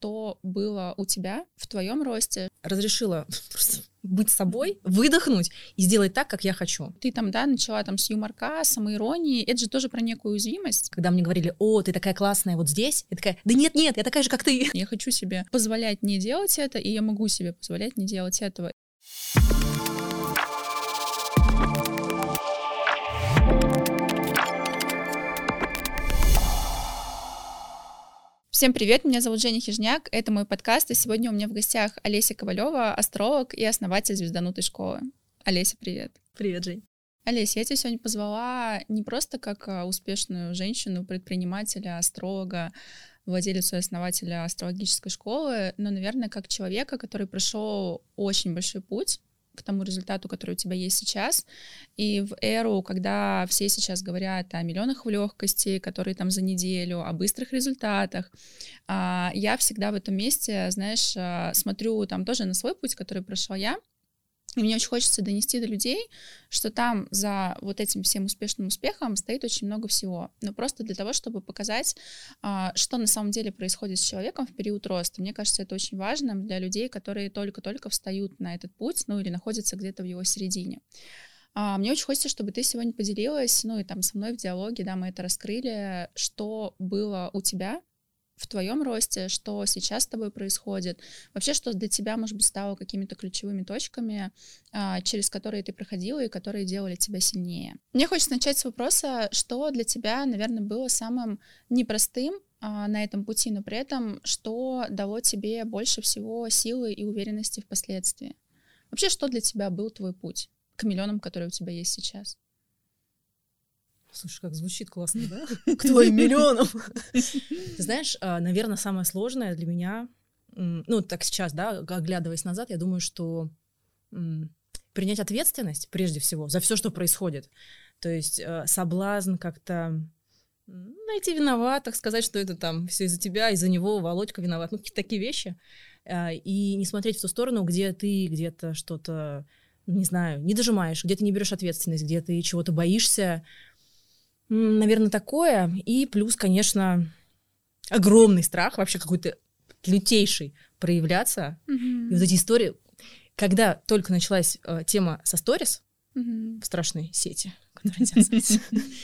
что было у тебя в твоем росте. Разрешила просто быть собой, выдохнуть и сделать так, как я хочу. Ты там, да, начала там с юморка, самоиронии. Это же тоже про некую уязвимость. Когда мне говорили: о, ты такая классная вот здесь, я такая: да нет, я такая же, как ты. Я хочу себе позволять не делать это, и я могу себе позволять не делать этого. Всем привет, меня зовут Женя Хижняк, это мой подкаст, и сегодня у меня в гостях Олеся Ковалева, астролог и основатель Звезданутой школы. Олеся, привет. Привет, Жень. Олеся, я тебя сегодня позвала не просто как успешную женщину, предпринимателя, астролога, владелицу и основателя астрологической школы, но, наверное, как человека, который прошел очень большой путь к тому результату, который у тебя есть сейчас. И в эру, когда все сейчас говорят о миллионах в легкости, которые там за неделю, о быстрых результатах, я всегда в этом месте, знаешь, смотрю там тоже на свой путь, который прошла я. И мне очень хочется донести до людей, что там за вот этим всем успешным успехом стоит очень много всего. Но просто для того, чтобы показать, что на самом деле происходит с человеком в период роста. Мне кажется, это очень важно для людей, которые только-только встают на этот путь, ну или находятся где-то в его середине. Мне очень хочется, чтобы ты сегодня поделилась, ну и там со мной в диалоге, да, мы это раскрыли, что было у тебя в твоем росте, что сейчас с тобой происходит, вообще, что для тебя, может быть, стало какими-то ключевыми точками, через которые ты проходила и которые делали тебя сильнее. Мне хочется начать с вопроса, что для тебя, наверное, было самым непростым на этом пути, но при этом, что дало тебе больше всего силы и уверенности впоследствии. Вообще, что для тебя был твой путь к миллионам, которые у тебя есть сейчас? Слушай, как звучит классно, да? К твоим миллионам. Ты знаешь, наверное, самое сложное для меня, ну, так сейчас, да, оглядываясь назад, я думаю, что принять ответственность, прежде всего, за все, что происходит. То есть соблазн как-то найти виноватых, сказать, что это там все из-за тебя, из-за него, Володька виноват. Ну, какие-то такие вещи. И не смотреть в ту сторону, где ты где-то что-то, не знаю, не дожимаешь, где ты не берешь ответственность, где ты чего-то боишься. Наверное, такое. И плюс, конечно, огромный страх, вообще какой-то лютейший проявляться. И вот эти истории, когда только началась тема со сторис в страшной сети, которая делается.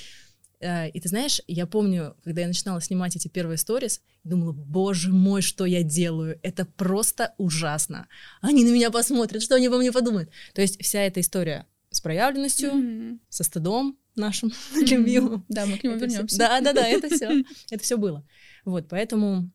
И ты знаешь, я помню, когда я начинала снимать эти первые сторис, думала: боже мой, что я делаю, это просто ужасно. Они на меня посмотрят, что они обо мне подумают. То есть вся эта история с проявленностью, со стыдом нашим любимым. Да, мы к нему вернемся. Да, это все было. Вот, поэтому,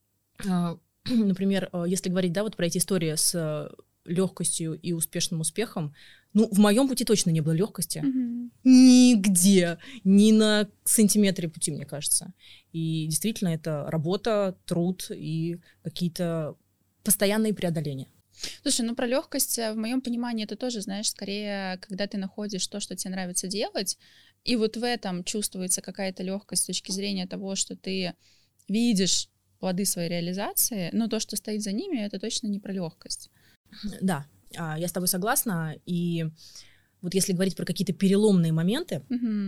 например, если говорить, да, вот про эти истории с легкостью и успешным успехом, ну, в моем пути точно не было легкости. Нигде, ни на сантиметре пути, мне кажется. И действительно, это работа, труд и какие-то постоянные преодоления. Слушай, ну про легкость, в моем понимании, это тоже, знаешь, скорее, когда ты находишь то, что тебе нравится делать, и вот в этом чувствуется какая-то легкость с точки зрения того, что ты видишь плоды своей реализации, но то, что стоит за ними, это точно не про легкость. Да, я с тобой согласна, и вот если говорить про какие-то переломные моменты,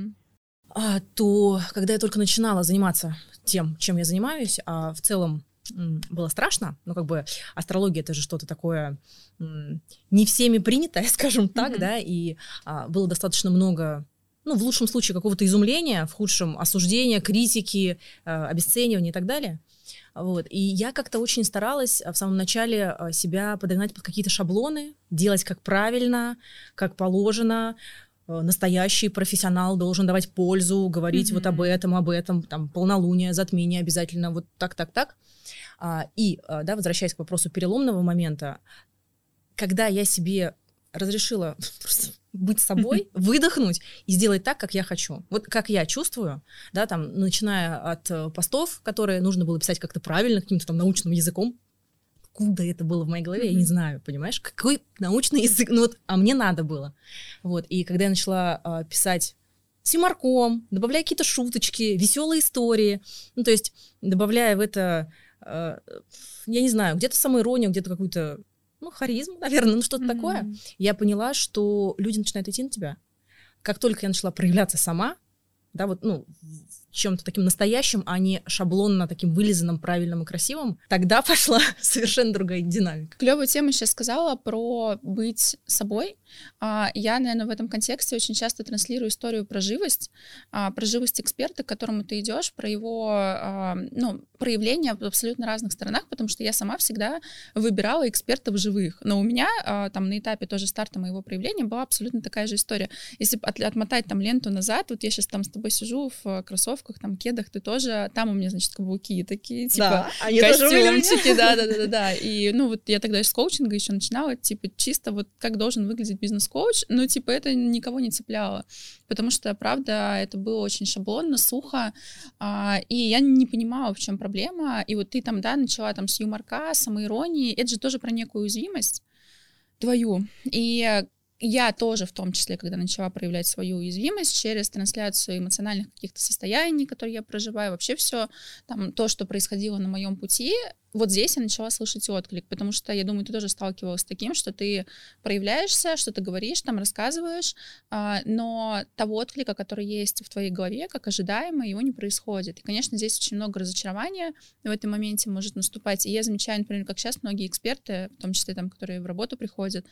то когда я только начинала заниматься тем, чем я занимаюсь, в целом было страшно, но как бы астрология — это же что-то такое не всеми принятое, скажем так, да, и было достаточно много, ну, в лучшем случае какого-то изумления, в худшем осуждения, критики, обесценивания и так далее. Вот. И я как-то очень старалась в самом начале себя подогнать под какие-то шаблоны, делать как правильно, как положено. Настоящий профессионал должен давать пользу, говорить вот об этом, там, полнолуние, затмение обязательно, вот так. Да, возвращаясь к вопросу переломного момента, когда я себе разрешила просто быть собой, выдохнуть и сделать так, как я хочу. Вот как я чувствую, да, там, начиная от постов, которые нужно было писать как-то правильно, каким-то там научным языком. Откуда это было в моей голове, я не знаю, понимаешь? Какой научный язык? Ну вот, а мне надо было. Вот, и когда я начала писать с юморком, добавляя какие-то шуточки, веселые истории, ну, то есть добавляя в это, я не знаю, где-то самоиронию, где-то какую-то, ну, харизму, наверное, ну, что-то такое, я поняла, что люди начинают идти на тебя. Как только я начала проявляться сама, да, вот, ну, чем-то таким настоящим, а не шаблонно таким вылизанным, правильным и красивым, тогда пошла совершенно другая динамика. Клевую тему сейчас сказала про быть собой. Я, наверное, в этом контексте очень часто транслирую историю про живость эксперта, к которому ты идешь, про его проявления в абсолютно разных сторонах, потому что я сама всегда выбирала экспертов живых. Но у меня там на этапе тоже старта моего проявления была абсолютно такая же история. Если отмотать там ленту назад, вот я сейчас там с тобой сижу в кроссовках, там, кедах, ты тоже, там у меня, значит, каблуки такие, типа, костюмчики, да. И, вот я тогда с коучинга еще начинала, типа, чисто вот как должен выглядеть бизнес-коуч, но, типа, это никого не цепляло, потому что, правда, это было очень шаблонно, сухо, и я не понимала, в чем проблема, и вот ты там, да, начала там с юморка, самоиронии, это же тоже про некую уязвимость твою, и я тоже, в том числе, когда начала проявлять свою уязвимость через трансляцию эмоциональных каких-то состояний, которые я проживаю, вообще все там, то, что происходило на моем пути, вот здесь я начала слышать отклик, потому что, я думаю, ты тоже сталкивалась с таким, что ты проявляешься, что ты говоришь, там рассказываешь, но того отклика, который есть в твоей голове, как ожидаемо, его не происходит. И, конечно, здесь очень много разочарования в этом моменте может наступать. И я замечаю, например, как сейчас многие эксперты, в том числе там, которые в работу приходят,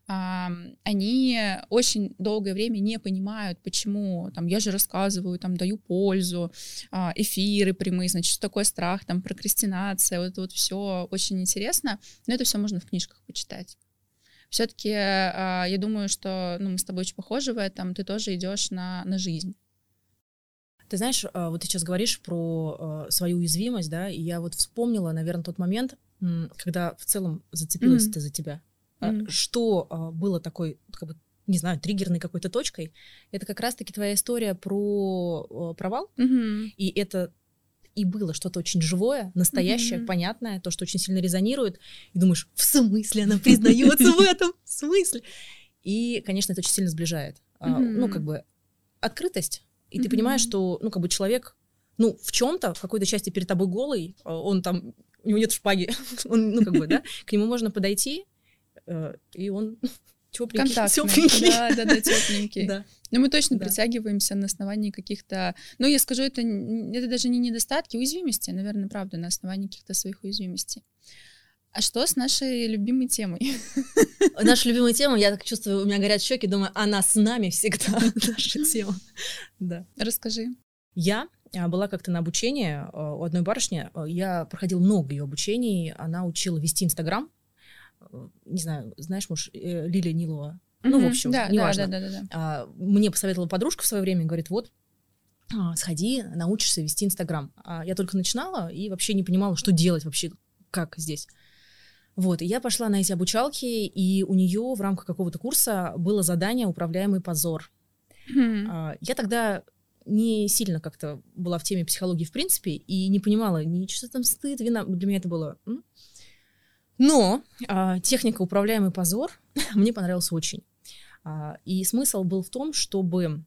они очень долгое время не понимают, почему там я же рассказываю, там даю пользу, эфиры прямые, значит, что такое страх, там прокрастинация, вот это вот все очень интересно, но это все можно в книжках почитать. Все-таки я думаю, что мы с тобой очень похожи в этом, ты тоже идешь на жизнь. Ты знаешь, вот ты сейчас говоришь про свою уязвимость, да, и я вот вспомнила, наверное, тот момент, когда в целом зацепилась это за тебя. Что было такой, как бы, не знаю, триггерной какой-то точкой, это как раз-таки твоя история про провал, и это и было что-то очень живое, настоящее, понятное, то, что очень сильно резонирует, и думаешь, в смысле она признается в этом, в смысле? И, конечно, это очень сильно сближает. Как бы открытость, и ты понимаешь, что, как бы человек, в чем-то, в какой-то части перед тобой голый, он там, у него нет шпаги, он, как бы, да, к нему можно подойти, и он тепленький. Да, тепленький. Да. Но мы точно притягиваемся на основании каких-то... я скажу, это даже не недостатки, уязвимости, наверное, правда, на основании каких-то своих уязвимостей. А что с нашей любимой темой? Наша любимая тема, я так чувствую, у меня горят щеки, думаю, она с нами всегда, наша тема. Да. Расскажи. Я была как-то на обучении у одной барышни, я проходила много ее обучений, она учила вести Инстаграм. Не знаю, знаешь, может, Лилия Нилова. В общем, неважно. Да. Мне посоветовала подружка в свое время, говорит, вот, сходи, научишься вести Инстаграм. Я только начинала и вообще не понимала, что делать вообще, как здесь. Вот, и я пошла на эти обучалки, и у нее в рамках какого-то курса было задание «Управляемый позор». Я тогда не сильно как-то была в теме психологии в принципе и не понимала, что там стыд, вина. Для меня это было... Но техника «Управляемый позор» мне понравилась очень. И смысл был в том, чтобы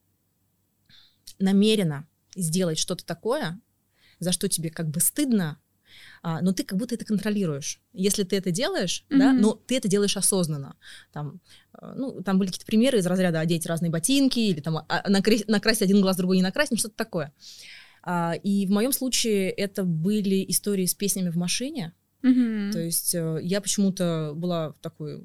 намеренно сделать что-то такое, за что тебе как бы стыдно, но ты как будто это контролируешь. Если ты это делаешь, да, но ты это делаешь осознанно. Там были какие-то примеры из разряда одеть разные ботинки или там накрасить один глаз, другой не накрасить, что-то такое. И в моем случае это были истории с песнями в машине. То есть я почему-то была в такой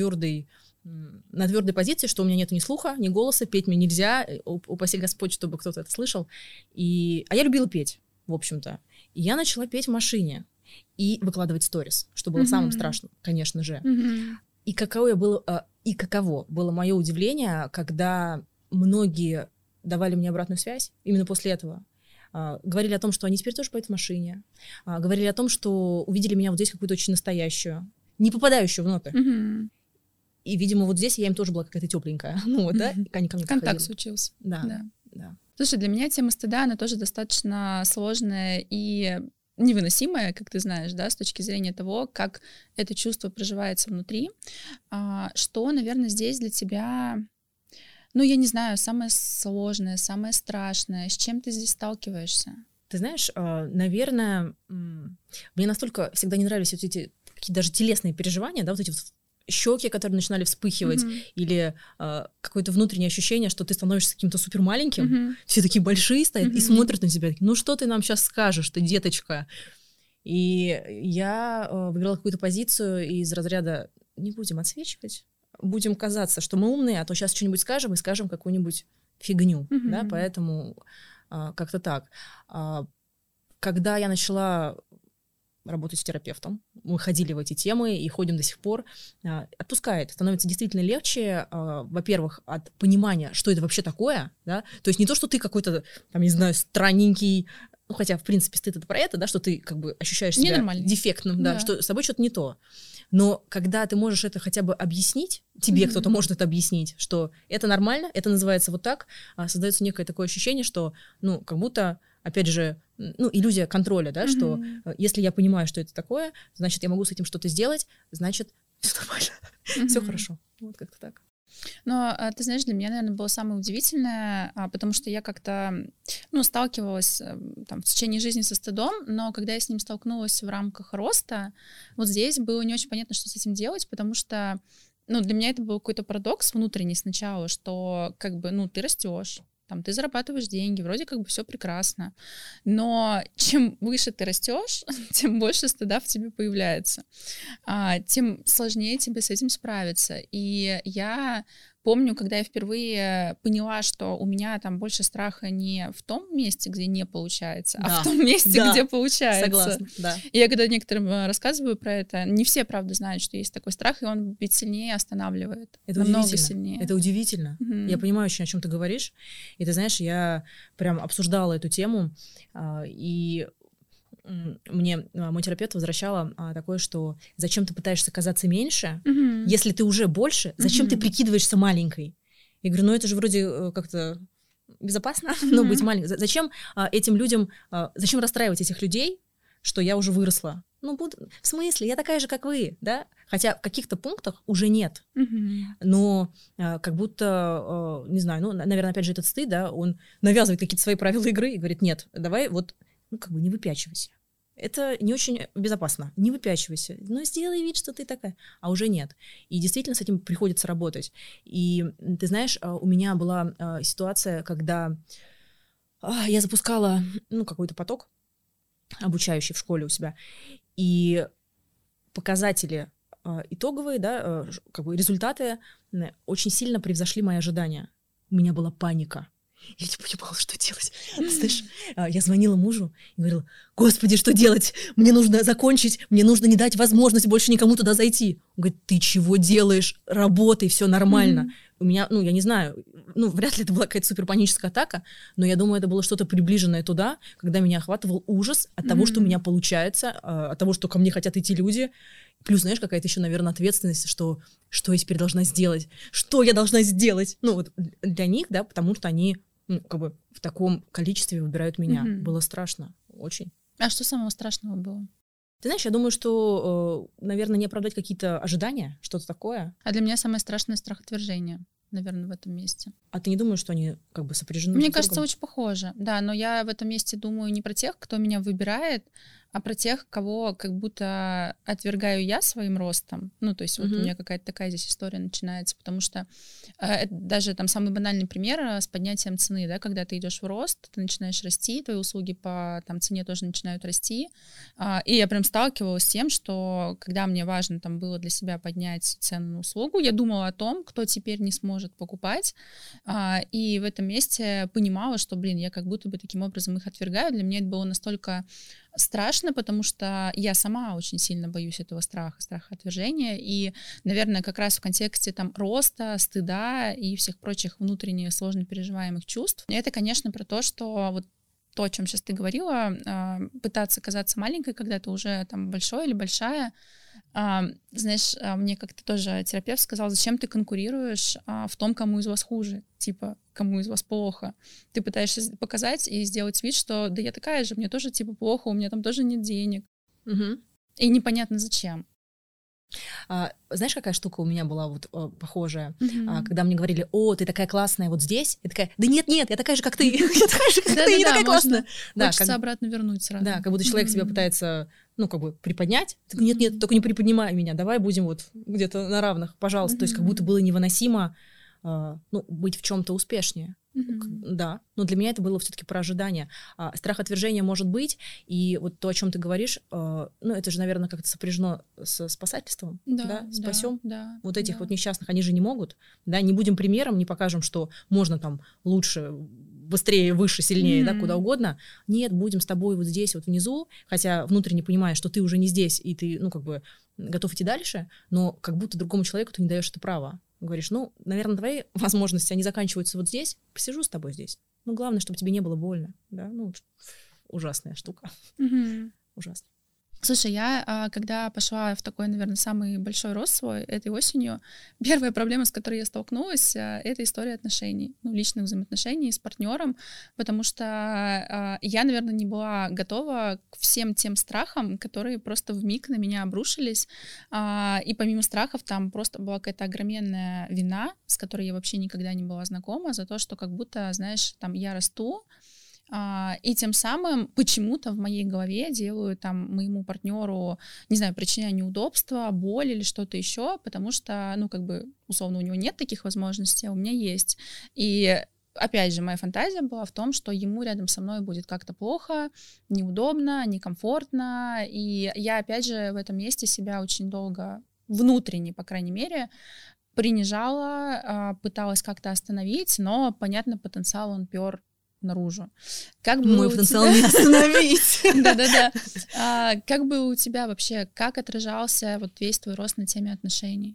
на твердой позиции, что у меня нету ни слуха, ни голоса, петь мне нельзя, упаси Господь, чтобы кто-то это слышал. А я любила петь, в общем-то. И я начала петь в машине и выкладывать сторис, что было самым страшным, конечно же. И каково было мое удивление, когда многие давали мне обратную связь именно после этого. Говорили о том, что они теперь тоже поют в машине. Говорили о том, что увидели меня вот здесь какую-то очень настоящую, не попадающую в ноты. И, видимо, вот здесь я им тоже была какая-то тепленькая. Да? Они ко мне контакт случился. Да. Слушай, для меня тема стыда, она тоже достаточно сложная и невыносимая, как ты знаешь, да, с точки зрения того, как это чувство проживается внутри. Что, наверное, здесь для тебя... я не знаю, самое сложное, самое страшное, с чем ты здесь сталкиваешься? Ты знаешь, наверное, мне настолько всегда не нравились вот эти какие-то даже телесные переживания, да, вот эти вот щеки, которые начинали вспыхивать, или какое-то внутреннее ощущение, что ты становишься каким-то супер маленьким, все такие большие стоят и смотрят на тебя, ну что ты нам сейчас скажешь, ты деточка? И я выбирала какую-то позицию из разряда не будем отсвечивать, будем казаться, что мы умные, а то сейчас что-нибудь скажем и скажем какую-нибудь фигню, да, поэтому как-то так. Когда я начала работать с терапевтом, мы ходили в эти темы и ходим до сих пор, отпускает, становится действительно легче, во-первых, от понимания, что это вообще такое, да, то есть не то, что ты какой-то, там, не знаю, странненький, ну, хотя, в принципе, стыд — это про это, да, что ты как бы ощущаешь себя дефектным, да, что с тобой что-то не то. Но когда ты можешь это хотя бы объяснить, тебе кто-то может это объяснить, что это нормально, это называется вот так, создается некое такое ощущение, что, ну, как будто, опять же, ну, иллюзия контроля, да, что если я понимаю, что это такое, значит, я могу с этим что-то сделать, значит, все нормально, все хорошо. Вот как-то так. Но, ты знаешь, для меня, наверное, было самое удивительное, потому что я как-то, ну, сталкивалась там, в течение жизни со стыдом, но когда я с ним столкнулась в рамках роста, вот здесь было не очень понятно, что с этим делать, потому что, ну, для меня это был какой-то парадокс внутренний сначала, что, как бы, ну, ты растешь, там, ты зарабатываешь деньги, вроде как бы все прекрасно, но чем выше ты растешь, тем больше стыда в тебе появляется, тем сложнее тебе с этим справиться. И я помню, когда я впервые поняла, что у меня там больше страха не в том месте, где не получается, а в том месте, где получается. Согласна, да. И я когда некоторым рассказываю про это, не все, правда, знают, что есть такой страх, и он ведь сильнее останавливает. Это намного сильнее. Это удивительно. Я понимаю очень, о чем ты говоришь. И ты знаешь, я прям обсуждала эту тему, и мне мой терапевт возвращала такое, что зачем ты пытаешься казаться меньше, если ты уже больше, зачем ты прикидываешься маленькой? Я говорю, ну это же вроде как-то безопасно, но быть маленькой. Зачем этим людям, зачем расстраивать этих людей, что я уже выросла? Ну, в смысле, я такая же, как вы, да? Хотя в каких-то пунктах уже нет. Но как будто, не знаю, ну, наверное, опять же, этот стыд, да, он навязывает какие-то свои правила игры и говорит, нет, давай вот, ну, как бы не выпячивайся. Это не очень безопасно. Не выпячивайся. Ну, сделай вид, что ты такая. А уже нет. И действительно с этим приходится работать. И ты знаешь, у меня была ситуация, когда я запускала, ну, какой-то поток обучающий в школе у себя. И показатели итоговые, да, как бы результаты очень сильно превзошли мои ожидания. У меня была паника. Я не понимала, что делать. Ты знаешь, я звонила мужу и говорила, господи, что делать? Мне нужно закончить, мне нужно не дать возможность больше никому туда зайти. Он говорит, ты чего делаешь? Работай, все нормально. У меня, ну, я не знаю, ну, вряд ли это была какая-то суперпаническая атака, но я думаю, это было что-то приближенное туда, когда меня охватывал ужас от того, что у меня получается, от того, что ко мне хотят идти люди. Плюс, знаешь, какая-то еще, наверное, ответственность, что я теперь должна сделать? Что я должна сделать? Ну, вот для них, да, потому что они, ну, как бы в таком количестве выбирают меня. Было страшно, очень. А что самого страшного было? Ты знаешь, я думаю, что, наверное, не оправдать какие-то ожидания, что-то такое. А для меня самое страшное — страхотвержение, наверное, в этом месте. А ты не думаешь, что они как бы сопряжены? Мне кажется, очень похоже, да, но я в этом месте думаю не про тех, кто меня выбирает, а про тех, кого как будто отвергаю я своим ростом. Ну, то есть вот у меня какая-то такая здесь история начинается, потому что даже там самый банальный пример с поднятием цены, да, когда ты идешь в рост, ты начинаешь расти, твои услуги по там цене тоже начинают расти, и я прям сталкивалась с тем, что когда мне важно там было для себя поднять цену на услугу, я думала о том, кто теперь не сможет покупать, и в этом месте понимала, что, блин, я как будто бы таким образом их отвергаю. Для меня это было настолько страшно, потому что я сама очень сильно боюсь этого страха отвержения, и, наверное, как раз в контексте там роста, стыда и всех прочих внутренних сложно переживаемых чувств. И это, конечно, про то, что вот то, о чем сейчас ты говорила, пытаться казаться маленькой, когда ты уже там большой или большая. Знаешь, мне как-то тоже терапевт сказал, зачем ты конкурируешь в том, кому из вас хуже, типа, кому из вас плохо. Ты пытаешься показать и сделать вид, что да я такая же, мне тоже типа плохо, у меня там тоже нет денег. И непонятно зачем. Знаешь, какая штука у меня была вот похожая? Когда мне говорили: о, ты такая классная вот здесь. Я такая: да нет, я такая же, как ты. Я такая же, как ты, не такая классная. Хочется обратно вернуть сразу. Да, как будто человек себя пытается, приподнять. Нет, только не приподнимай меня, давай будем вот где-то на равных, пожалуйста. То есть как будто было невыносимо быть в чем-то успешнее. Да, но для меня это было все-таки про ожидание. Страх отвержения может быть, и вот то, о чем ты говоришь, это же, наверное, как-то сопряжено с спасательством, да? Спасем вот этих вот несчастных, они же не могут, да, не будем примером, не покажем, что можно там лучше, быстрее, выше, сильнее, да, куда угодно. Нет, будем с тобой вот здесь, вот внизу, хотя внутренне понимаешь, что ты уже не здесь, и ты, готов идти дальше, но как будто другому человеку ты не даешь это право. Говоришь: наверное, твои возможности, они заканчиваются вот здесь, посижу с тобой здесь. Главное, чтобы тебе не было больно, да, ужасная штука. Ужасно. Слушай, я когда пошла в такой, наверное, самый большой рост свой этой осенью, первая проблема, с которой я столкнулась, это история отношений, личных взаимоотношений с партнером, потому что я, наверное, не была готова к всем тем страхам, которые просто вмиг на меня обрушились, и помимо страхов там просто была какая-то огроменная вина, с которой я вообще никогда не была знакома, за то, что как будто, знаешь, там я расту, и тем самым почему-то в моей голове делаю там моему партнеру, не знаю, причиняя неудобства, боль или что-то еще, потому что, условно, у него нет таких возможностей, а у меня есть. И опять же, моя фантазия была в том, что ему рядом со мной будет как-то плохо, неудобно, некомфортно, и я, опять же, в этом месте себя очень долго, внутренне, по крайней мере, принижала, пыталась как-то остановить, но, понятно, потенциал он пёр наружу. Мой потенциал не остановить. Да-да-да. Как бы у тебя вообще, как отражался вот весь твой рост на теме отношений?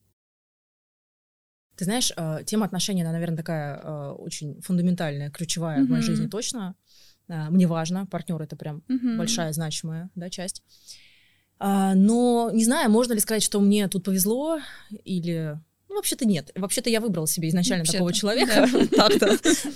Ты знаешь, тема отношений, она, наверное, такая очень фундаментальная, ключевая в моей жизни точно. Мне важно, партнер — это прям большая, значимая, да, часть. Но не знаю, можно ли сказать, что мне тут повезло или... вообще-то нет. Вообще-то я выбрала себе изначально такого человека. Так-то.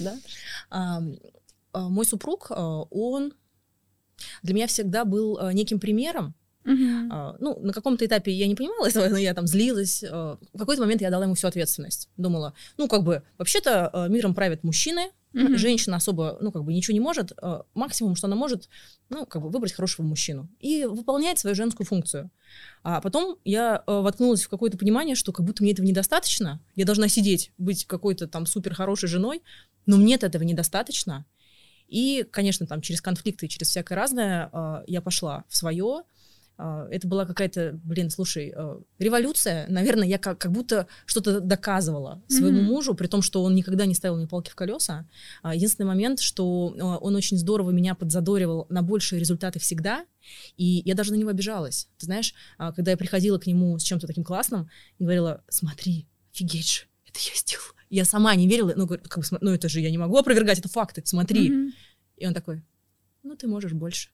Мой супруг, он для меня всегда был неким примером. На каком-то этапе я не понимала этого, но я там злилась. В какой-то момент я дала ему всю ответственность. Думала, вообще-то миром правят мужчины, женщина особо, ничего не может. Максимум, что она может, выбрать хорошего мужчину и выполнять свою женскую функцию. А потом я воткнулась в какое-то понимание, что как будто мне этого недостаточно. Я должна сидеть, быть какой-то там супер хорошей женой, но мне этого недостаточно. И, конечно, там через конфликты, через всякое разное я пошла в свое. Это была какая-то, революция. Наверное, я как будто что-то доказывала своему мужу, при том, что он никогда не ставил мне палки в колеса. Единственный момент, что он очень здорово меня подзадоривал на большие результаты всегда, и я даже на него обижалась. Ты знаешь, когда я приходила к нему с чем-то таким классным и говорила: смотри, офигеть же, это я сделала. Я сама не верила, это же я не могу опровергать, это факты, смотри. И он такой: ты можешь больше.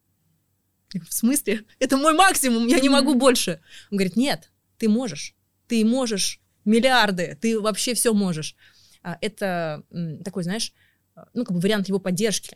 В смысле? Это мой максимум, я не могу больше. Он говорит: нет, ты можешь миллиарды, ты вообще все можешь. Это такой, знаешь, вариант его поддержки.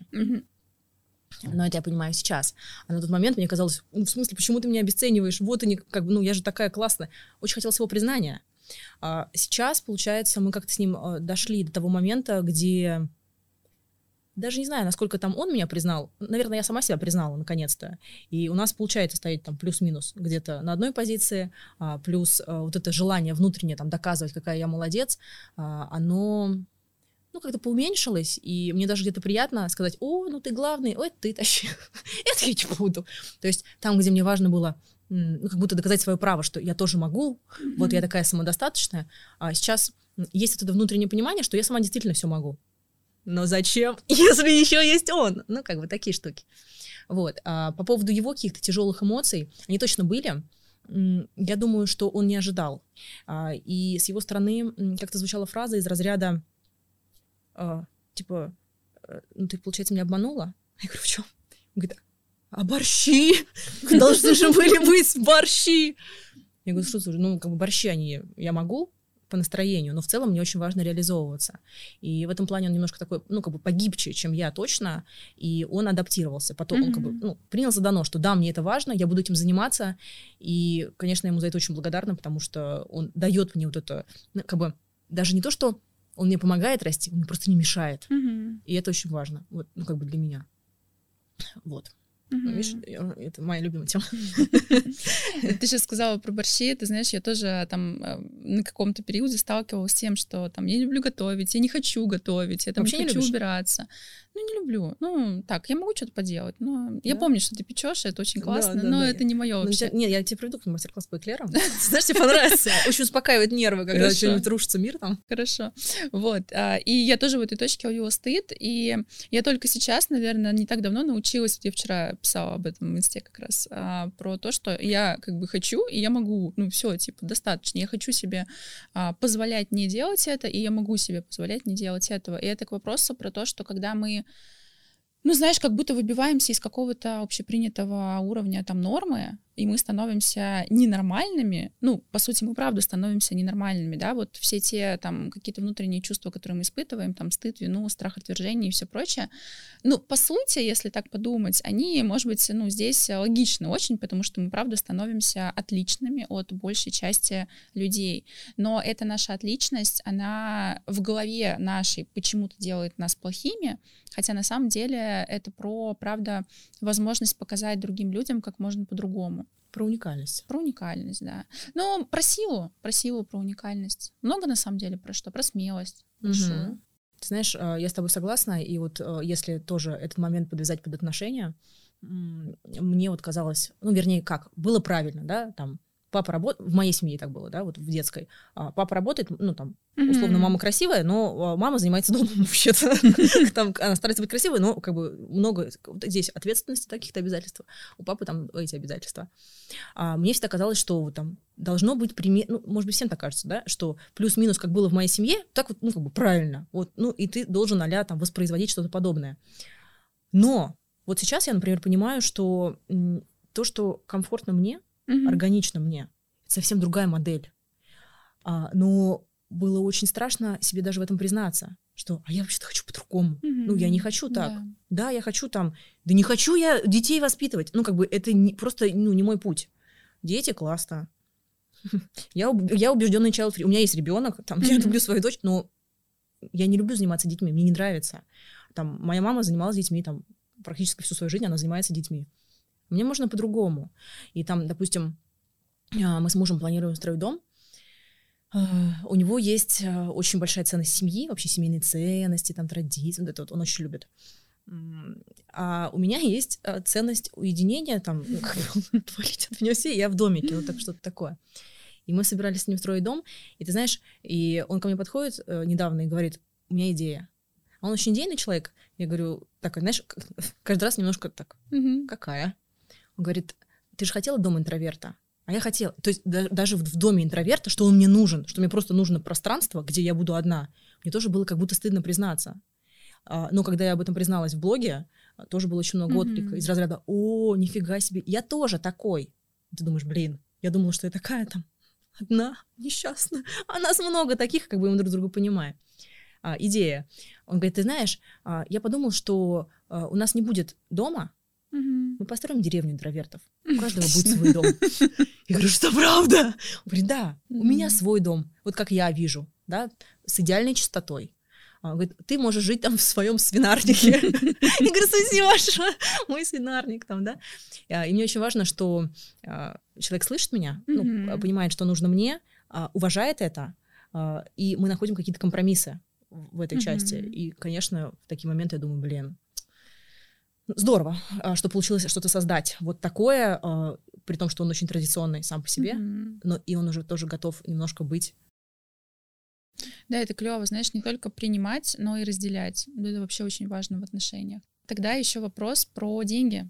Но это я понимаю сейчас. А на тот момент мне казалось: в смысле, почему ты меня обесцениваешь? Вот они, я же такая классная. Очень хотелось его признания. Сейчас, получается, мы как-то с ним дошли до того момента, где... Даже не знаю, насколько там он меня признал. Наверное, я сама себя признала, наконец-то. И у нас получается стоять там плюс-минус где-то на одной позиции, плюс вот это желание внутреннее там доказывать, какая я молодец, оно, как-то поуменьшилось, и мне даже где-то приятно сказать: ты главный, ой, ты тащи. Это я не буду. То есть там, где мне важно было, как будто доказать свое право, что я тоже могу, вот я такая самодостаточная, а сейчас есть вот это внутреннее понимание, что я сама действительно все могу. Но зачем, если еще есть он? Такие штуки. Вот. А по поводу его каких-то тяжелых эмоций, они точно были. Я думаю, что он не ожидал. И с его стороны как-то звучала фраза из разряда, ты, получается, меня обманула? Я говорю: в чем? Он говорит: а борщи? Должны же были быть борщи. Я говорю: что, слушай, борщи они я могу, по настроению, но в целом мне очень важно реализовываться. И в этом плане он немножко такой, погибче, чем я точно, и он адаптировался. Потом он принял за дано, что да, мне это важно, я буду этим заниматься, и, конечно, я ему за это очень благодарна, потому что он дает мне вот это, даже не то, что он мне помогает расти, он мне просто не мешает. И это очень важно, вот, для меня. Вот. Видишь, это моя любимая тема. Ты сейчас сказала про борщи, ты знаешь, я тоже там на каком-то периоде сталкивалась с тем, что там я не люблю готовить, я не хочу готовить, я там не хочу убираться. Не люблю. Так, я могу что-то поделать, но я помню, что ты печешь, это очень классно, но это не мое вообще. Нет, я тебе приведу к мастер-класс по эклерам. Знаешь, тебе понравится. Очень успокаивает нервы, когда что-нибудь рушится мир там. Хорошо. Вот. И я тоже в этой точке ловила стыд, и я только сейчас, наверное, не так давно научилась, я вчера писала об этом в инсте как раз, про то, что я хочу, и я могу, все, достаточно. Я хочу себе позволять не делать это, и я могу себе позволять не делать этого. И это к вопросу про то, что когда мы как будто выбиваемся из какого-то общепринятого уровня нормы, и мы становимся ненормальными, по сути, мы правда становимся ненормальными, да, вот все те какие-то внутренние чувства, которые мы испытываем, стыд, вину, страх отвержения и все прочее, по сути, если так подумать, они, может быть, здесь логичны очень, потому что мы правда становимся отличными от большей части людей, но эта наша отличность, она в голове нашей почему-то делает нас плохими, хотя на самом деле это правда, возможность показать другим людям, как можно по-другому. Про уникальность. Про уникальность, да. Но про силу, про уникальность. Много, на самом деле, про что? Про смелость. Ты знаешь, я с тобой согласна, и вот если тоже этот момент подвязать под отношения, мне вот казалось, было правильно, да, папа работает, в моей семье так было, да, вот в детской, папа работает, условно, мама красивая, но мама занимается домом вообще-то, она старается быть красивой, но много здесь ответственности, каких-то обязательств, у папы эти обязательства. Мне всегда казалось, что должно быть пример, может быть, всем так кажется, да, что плюс-минус, как было в моей семье, так вот, правильно, вот, и ты должен воспроизводить что-то подобное. Но вот сейчас я, например, понимаю, что то, что комфортно мне, органично мне, это совсем другая модель. Но было очень страшно себе даже в этом признаться, что я вообще-то хочу по-другому. Я не хочу так. Да, я хочу да не хочу я детей воспитывать. Это просто не мой путь. Дети классно. Я убежденный child-free. У меня есть ребенок, я люблю свою дочь, но я не люблю заниматься детьми, мне не нравится. Моя мама занималась детьми, практически всю свою жизнь она занимается детьми. Мне можно по-другому. И допустим, мы с мужем планируем строить дом. У него есть очень большая ценность семьи, вообще семейные ценности, традиции, вот это вот он очень любит. А у меня есть ценность уединения, творить от меня все, я в домике, вот так что-то такое. И мы собирались с ним строить дом, и ты знаешь, и он ко мне подходит недавно и говорит, у меня идея. А он очень идейный человек. Я говорю, знаешь, каждый раз немножко так, какая? Он говорит, ты же хотела дом интроверта? А я хотела. То есть даже в доме интроверта, что он мне нужен, что мне просто нужно пространство, где я буду одна, мне тоже было как будто стыдно признаться. Но когда я об этом призналась в блоге, тоже было очень много отклика из разряда «О, нифига себе, я тоже такой». Ты думаешь, я думала, что я такая одна, несчастная. А нас много таких, мы друг друга понимаем. Идея. Он говорит, ты знаешь, я подумал, что у нас не будет дома, мы построим деревню интровертов. У каждого будет свой дом. Я говорю, что правда? Он говорит, да, у меня свой дом, вот как я вижу, да, с идеальной чистотой. Он говорит, ты можешь жить в своем свинарнике. Я говорю, спасибо, мой свинарник да. И мне очень важно, что человек слышит меня, понимает, что нужно мне, уважает это, и мы находим какие-то компромиссы в этой части. И, конечно, в такие моменты я думаю, здорово, что получилось что-то создать. Вот такое, при том, что он очень традиционный сам по себе, но и он уже тоже готов немножко быть. Да, это клево, знаешь, не только принимать, но и разделять. Это вообще очень важно в отношениях. Тогда еще вопрос про деньги.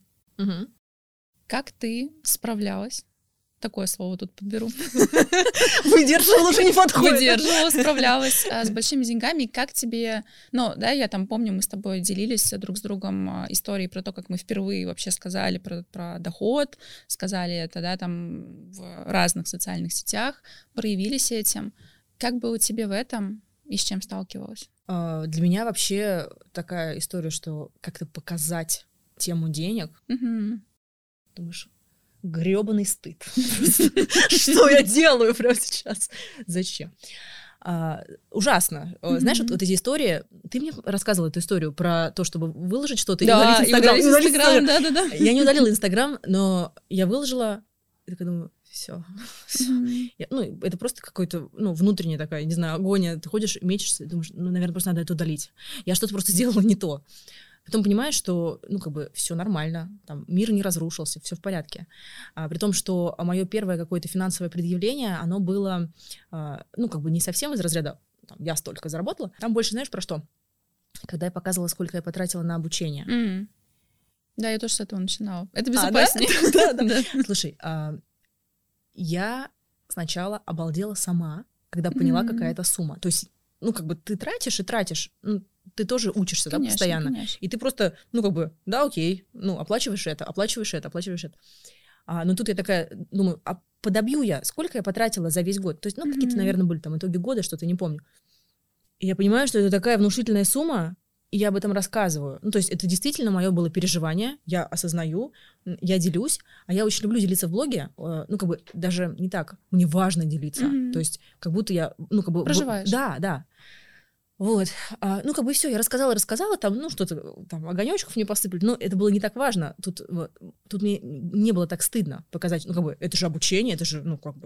Как ты справлялась? Такое слово тут подберу. Выдерживала, уже не подходит. Выдерживала, справлялась с большими деньгами. Как тебе... я помню, мы с тобой делились друг с другом историей про то, как мы впервые вообще сказали про доход, сказали это, в разных социальных сетях, проявились этим. Как было тебе в этом и с чем сталкивалась? Для меня вообще такая история, что как-то показать тему денег, думаешь, грёбаный стыд. Что я делаю прямо сейчас? Зачем? Ужасно. Знаешь, вот эти истории... Ты мне рассказывала эту историю про то, чтобы выложить что-то и удалить Инстаграм. Да. Я не удалила Инстаграм, но я выложила, и такая думаю, все. Это просто какой-то, внутренняя такая, не знаю, агония. Ты ходишь, мечешься, и думаешь, наверное, просто надо это удалить. Я что-то просто сделала не то. Потом понимаешь, что, все нормально, там, мир не разрушился, все в порядке. При том, что мое первое какое-то финансовое предъявление, оно было, не совсем из разряда, там, я столько заработала. Там больше, знаешь, про что? Когда я показывала, сколько я потратила на обучение. Да, я тоже с этого начинала. Это безопаснее. Да. Слушай, я сначала обалдела сама, когда поняла, какая-то сумма. То есть, ты тратишь и тратишь, ты тоже учишься, конечно, да, постоянно. Конечно. И ты просто, окей, оплачиваешь это. Но тут я такая думаю, а подобью я, сколько я потратила за весь год? То есть, какие-то, наверное, были там итоги года, что-то не помню. И я понимаю, что это такая внушительная сумма, и я об этом рассказываю. То есть это действительно мое было переживание, я осознаю, я делюсь, а я очень люблю делиться в блоге, даже не так, мне важно делиться. То есть как будто я, проживаешь. Да. Вот, все, я рассказала, там, что-то, там, огонёчков мне посыпали, но это было не так важно, тут мне не было так стыдно показать, это же обучение, это же,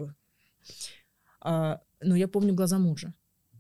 но я помню глаза мужа.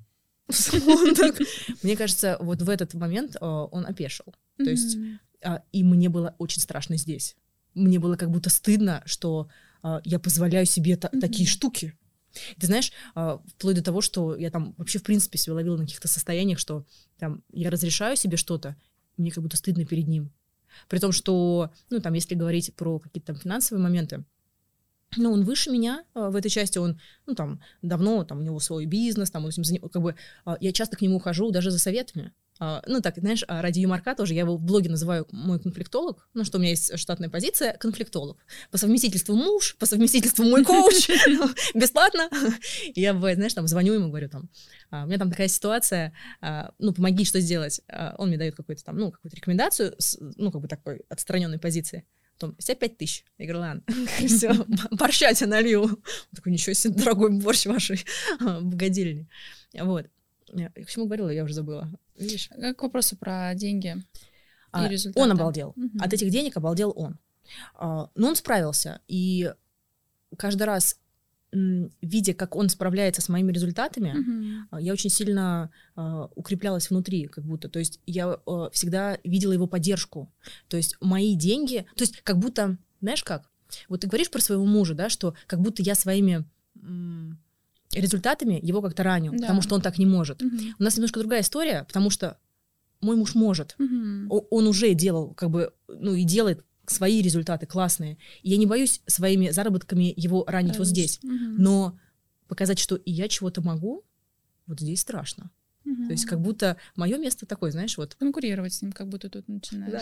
Мне кажется, вот в этот момент он опешил, то есть, и мне было очень страшно здесь, мне было как будто стыдно, что я позволяю себе такие штуки. Ты знаешь, вплоть до того, что я там вообще в принципе себя ловила на каких-то состояниях, что там я разрешаю себе что-то, мне как будто стыдно перед ним. При том, что, если говорить про какие-то там финансовые моменты, он выше меня в этой части, он, давно, у него свой бизнес, там, я часто к нему хожу даже за советами. Знаешь, ради юморка тоже, я его в блоге называю мой конфликтолог, что у меня есть штатная позиция конфликтолог. По совместительству муж, по совместительству мой коуч, бесплатно. И я, бывает, знаешь, звоню ему, говорю, у меня там такая ситуация, помоги, что сделать. Он мне дает какую-то какую-то рекомендацию, такой отстраненной позиции. Потом, 55 тысяч. Я говорю, ладно, все, борща тебе налью. Он такой, ничего себе, дорогой борщ вашей богадельни. Вот. Я к чему говорила, я уже забыла. Видишь? К вопросу про деньги и результаты. Он обалдел. От этих денег обалдел он. Но он справился. И каждый раз, видя, как он справляется с моими результатами, я очень сильно укреплялась внутри, как будто. То есть я всегда видела его поддержку. То есть мои деньги... То есть как будто... Знаешь как? Вот ты говоришь про своего мужа, да, что как будто я своими... результатами его как-то ранил, потому что он так не может. У нас немножко другая история, потому что мой муж может. Он уже делал, и делает свои результаты классные. И я не боюсь своими заработками его ранить вот здесь. Но показать, что и я чего-то могу, вот здесь страшно. То есть как будто мое место такое, знаешь, вот... Конкурировать с ним, как будто тут начинаешь.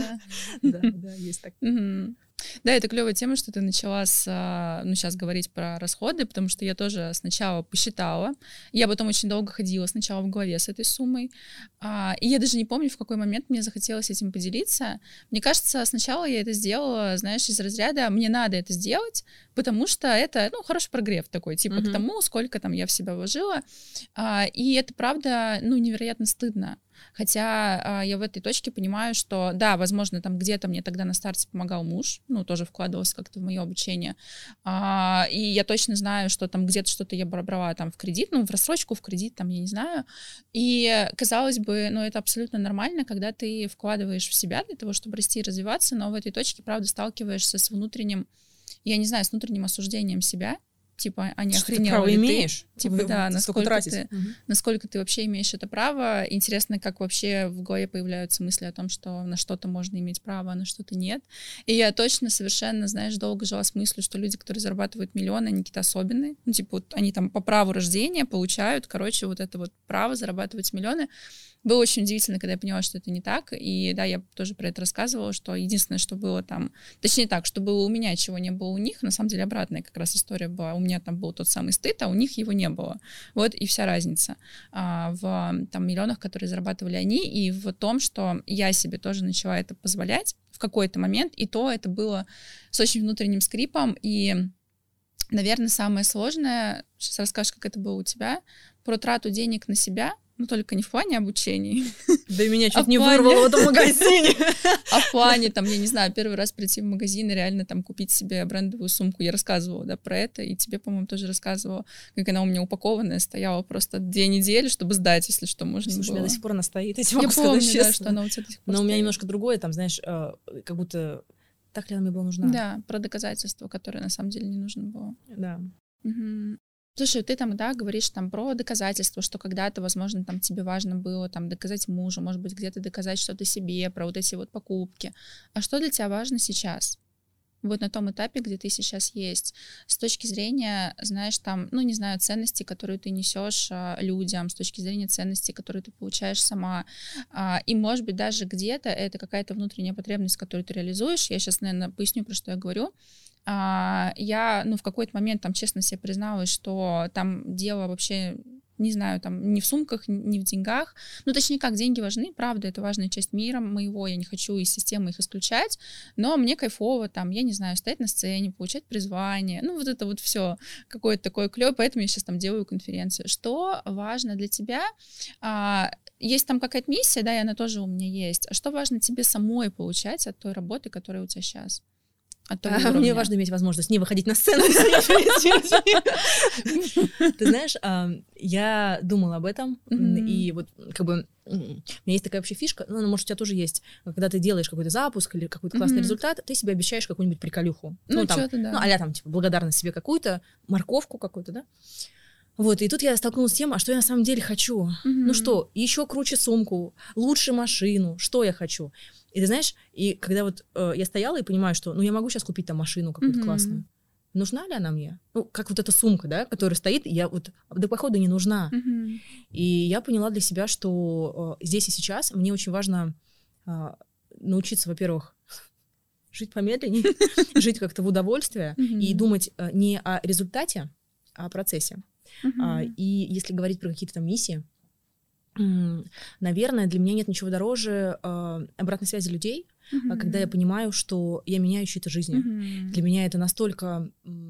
Да, есть так. Да, это клевая тема, что ты начала сейчас говорить про расходы, потому что я тоже сначала посчитала, я потом очень долго ходила сначала в голове с этой суммой, и я даже не помню, в какой момент мне захотелось этим поделиться. Мне кажется, сначала я это сделала, знаешь, из разряда «мне надо это сделать», потому что это, хороший прогрев такой, типа к тому, сколько там я в себя вложила, и это, правда, невероятно стыдно. Хотя я в этой точке понимаю, что, да, возможно, там где-то мне тогда на старте помогал муж, тоже вкладывался как-то в мое обучение, и я точно знаю, что там где-то что-то я брала там в кредит, в рассрочку, в кредит, там, я не знаю, и, казалось бы, это абсолютно нормально, когда ты вкладываешь в себя для того, чтобы расти и развиваться, но в этой точке, правда, сталкиваешься с внутренним, я не знаю, с внутренним осуждением себя, типа, а не охренел ли имеешь? Ты? Типа, да, насколько ты вообще имеешь это право. Интересно, как вообще в голове появляются мысли о том, что на что-то можно иметь право, а на что-то нет. И я точно совершенно, знаешь, долго жила с мыслью, что люди, которые зарабатывают миллионы, они какие-то особенные. Они там по праву рождения получают, вот это вот право зарабатывать миллионы. Было очень удивительно, когда я поняла, что это не так. И да, я тоже про это рассказывала, что единственное, что было там... Точнее так, что было у меня, чего не было у них. На самом деле обратная как раз история была. У меня меня там был тот самый стыд, а у них его не было. Вот и вся разница в там миллионах, которые зарабатывали они, и в том, что я себе тоже начала это позволять в какой-то момент, и то это было с очень внутренним скрипом, и, наверное, самое сложное, сейчас расскажешь, как это было у тебя, про трату денег на себя, но только не в плане обучения. Да и меня чуть не вырвало в этом магазине. А в плане, там, я не знаю, первый раз прийти в магазин и реально там купить себе брендовую сумку. Я рассказывала, да, про это, и тебе, по-моему, тоже рассказывала, как она у меня упакованная стояла просто 2 недели, чтобы сдать, если что, можно было. У меня до сих пор она стоит, я помню, да, что она у тебя до сих пор Но у меня немножко другое, там, знаешь, как будто так ли она мне была нужна. Да, про доказательства, которые на самом деле не нужно было. Да. Слушай, ты там, да, говоришь там про доказательства, что когда-то, возможно, там тебе важно было там доказать мужу, может быть, где-то доказать что-то себе, про вот эти вот покупки. А что для тебя важно сейчас? Вот на том этапе, где ты сейчас есть, с точки зрения, знаешь, там, ну, не знаю, ценностей, которые ты несешь людям, с точки зрения ценностей, которые ты получаешь сама, и, может быть, даже где-то это какая-то внутренняя потребность, которую ты реализуешь. Я сейчас, наверное, поясню, про что я говорю. Я, ну, в какой-то момент, там, честно себе призналась, что там дело вообще, не знаю, там, не в сумках, не в деньгах. Ну, точнее, как, деньги важны, правда, это важная часть мира моего, я не хочу из системы их исключать, но мне кайфово, там, я не знаю, стоять на сцене, получать призвание, ну, вот это вот все какое-то такое клёвое, поэтому я сейчас там делаю конференцию. Что важно для тебя? Есть там какая-то миссия, да, и она тоже у меня есть. А что важно тебе самой получать от той работы, которая у тебя сейчас? Мне важно иметь возможность не выходить на сцену. Ты знаешь, я думала об этом, и вот как бы у меня есть такая вообще фишка, ну, может, у тебя тоже есть, когда ты делаешь какой-то запуск или какой-то классный результат, ты себе обещаешь какую-нибудь приколюху. Ну, что-то, да. Ну, а-ля там, типа, благодарность себе какую-то, морковку какую-то, да? Вот, и тут я столкнулась с тем, а что я на самом деле хочу? Ну что, еще круче сумку, лучше машину, что я хочу? И ты знаешь, и когда вот я стояла и понимаю, что, ну, я могу сейчас купить там машину какую-то классную, нужна ли она мне? Ну, как вот эта сумка, да, которая стоит, я вот до похода не нужна. И я поняла для себя, что здесь и сейчас мне очень важно научиться, во-первых, жить помедленнее, жить как-то в удовольствие и думать не о результате, а о процессе. И если говорить про какие-то там миссии, наверное, для меня нет ничего дороже обратной связи людей, когда я понимаю, что я меняю чьи-то жизни. Для меня это настолько,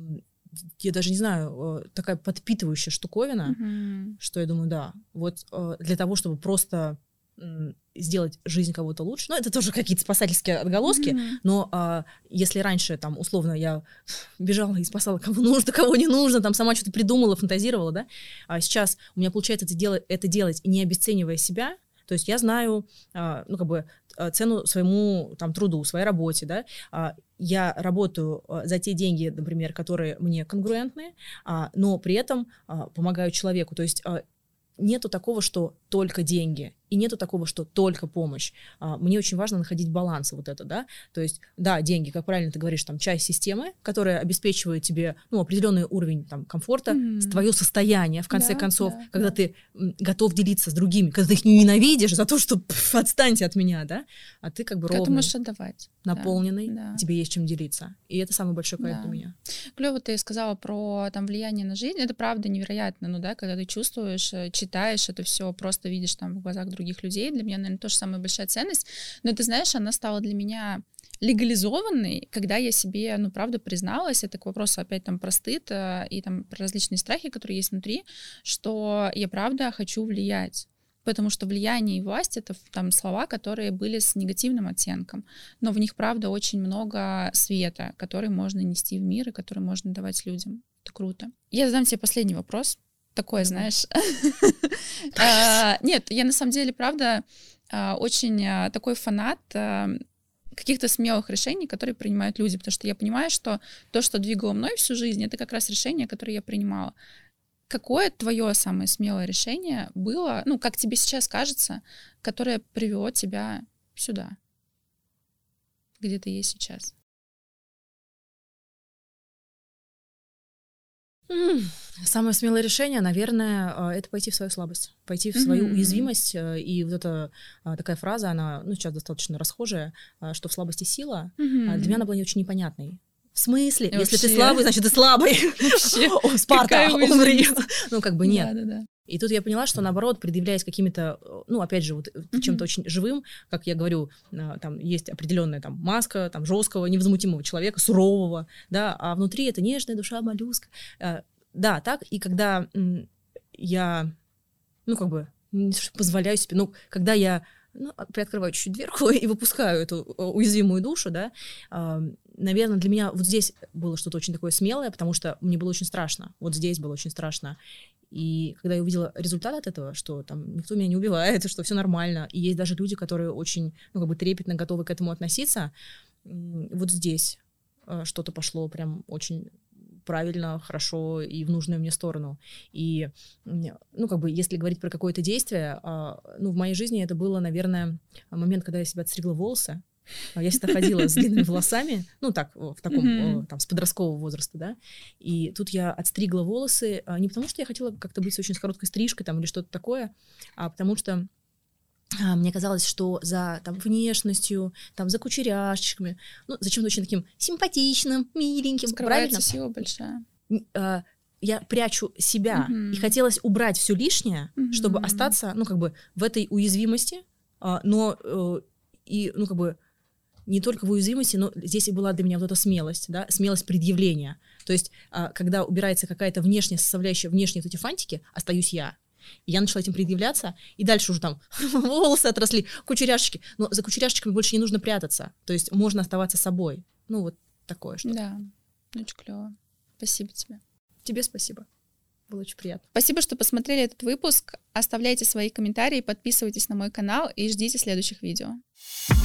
я даже не знаю, такая подпитывающая штуковина, что я думаю, да, вот для того, чтобы просто сделать жизнь кого-то лучше. Ну, это тоже какие-то спасательские отголоски, но если раньше, там, условно, я бежала и спасала кого нужно, кого не нужно, там, сама что-то придумала, фантазировала, да, а сейчас у меня получается это делать, не обесценивая себя, то есть я знаю, ну, как бы, цену своему, там, труду, своей работе, да, я работаю за те деньги, например, которые мне конгруентны, но при этом помогаю человеку, то есть нету такого, что только деньги, и нету такого, что только помощь. Мне очень важно находить баланс вот это, да, то есть, да, деньги, как правильно ты говоришь, там, часть системы, которая обеспечивает тебе, ну, определенный уровень, там, комфорта, твое состояние, в конце концов, когда ты готов делиться с другими, когда ты их ненавидишь за то, что отстаньте от меня, да, а ты как бы ровный, можешь отдавать, наполненный, тебе есть чем делиться, и это самый большой кайф для меня. Клево ты сказала про, там, влияние на жизнь, это правда невероятно, ну, да, когда ты чувствуешь, читаешь это все, просто видишь там в глазах других людей, для меня, наверное, тоже самая большая ценность, но ты знаешь, она стала для меня легализованной, когда я себе, ну, правда, призналась, это к вопросу опять там про стыд и там про различные страхи, которые есть внутри, что я, правда, хочу влиять. Потому что влияние и власть — это там слова, которые были с негативным оттенком, но в них, правда, очень много света, который можно нести в мир и который можно давать людям. Это круто. Я задам тебе последний вопрос. Такое, знаешь. Нет, я на самом деле, правда, очень такой фанат каких-то смелых решений, которые принимают люди, потому что я понимаю, что то, что двигало мной всю жизнь, это как раз решение, которое я принимала. Какое твое самое смелое решение было, ну, как тебе сейчас кажется, которое привело тебя сюда, где ты есть сейчас? Самое смелое решение, наверное, это пойти в свою слабость, пойти в свою уязвимость. И вот эта такая фраза, она, ну, сейчас достаточно расхожая, что в слабости сила. Для меня она была не очень непонятной. В смысле? И если вообще... ты слабый, значит, ты слабый. Вообще. Спарта, умри. Ну, как бы нет. Да. И тут я поняла, что, наоборот, предъявляясь какими-то, ну, опять же, вот чем-то очень живым, как я говорю, там есть определенная там маска, там, жесткого, невозмутимого человека, сурового, да, а внутри это нежная душа, моллюска. Да, так, и когда я, ну, как бы, позволяю себе, ну, когда я приоткрываю чуть-чуть дверку и выпускаю эту уязвимую душу, да, наверное, для меня вот здесь было что-то очень такое смелое, потому что мне было очень страшно, вот здесь было очень страшно. И когда я увидела результат от этого, что там никто меня не убивает, что все нормально, и есть даже люди, которые очень, ну, как бы трепетно готовы к этому относиться, вот здесь что-то пошло прям очень правильно, хорошо и в нужную мне сторону. И, ну, как бы, если говорить про какое-то действие, ну, в моей жизни это было, наверное, момент, когда я себя отстригла волосы. Я всегда ходила с длинными волосами, ну, так, в таком, там, с подросткового возраста, да, и тут я отстригла волосы не потому, что я хотела как-то быть очень с короткой стрижкой там или что-то такое, а потому что мне казалось, что за там внешностью, там, за кучеряшечками, ну, за чем-то очень таким симпатичным, миленьким, скрывается правильно? сила большая. Я прячу себя, и хотелось убрать все лишнее, чтобы остаться, ну, как бы, в этой уязвимости, но и, ну, как бы, не только в уязвимости, но здесь и была для меня вот эта смелость, да, смелость предъявления. То есть, когда убирается какая-то внешняя составляющая, внешние вот эти фантики, остаюсь я. И я начала этим предъявляться, и дальше уже там волосы отросли, кучеряшечки. Но за кучеряшечками больше не нужно прятаться. То есть можно оставаться собой. Ну, вот такое что-то. Да, очень клево. Спасибо тебе. Тебе спасибо. Было очень приятно. Спасибо, что посмотрели этот выпуск. Оставляйте свои комментарии, подписывайтесь на мой канал и ждите следующих видео.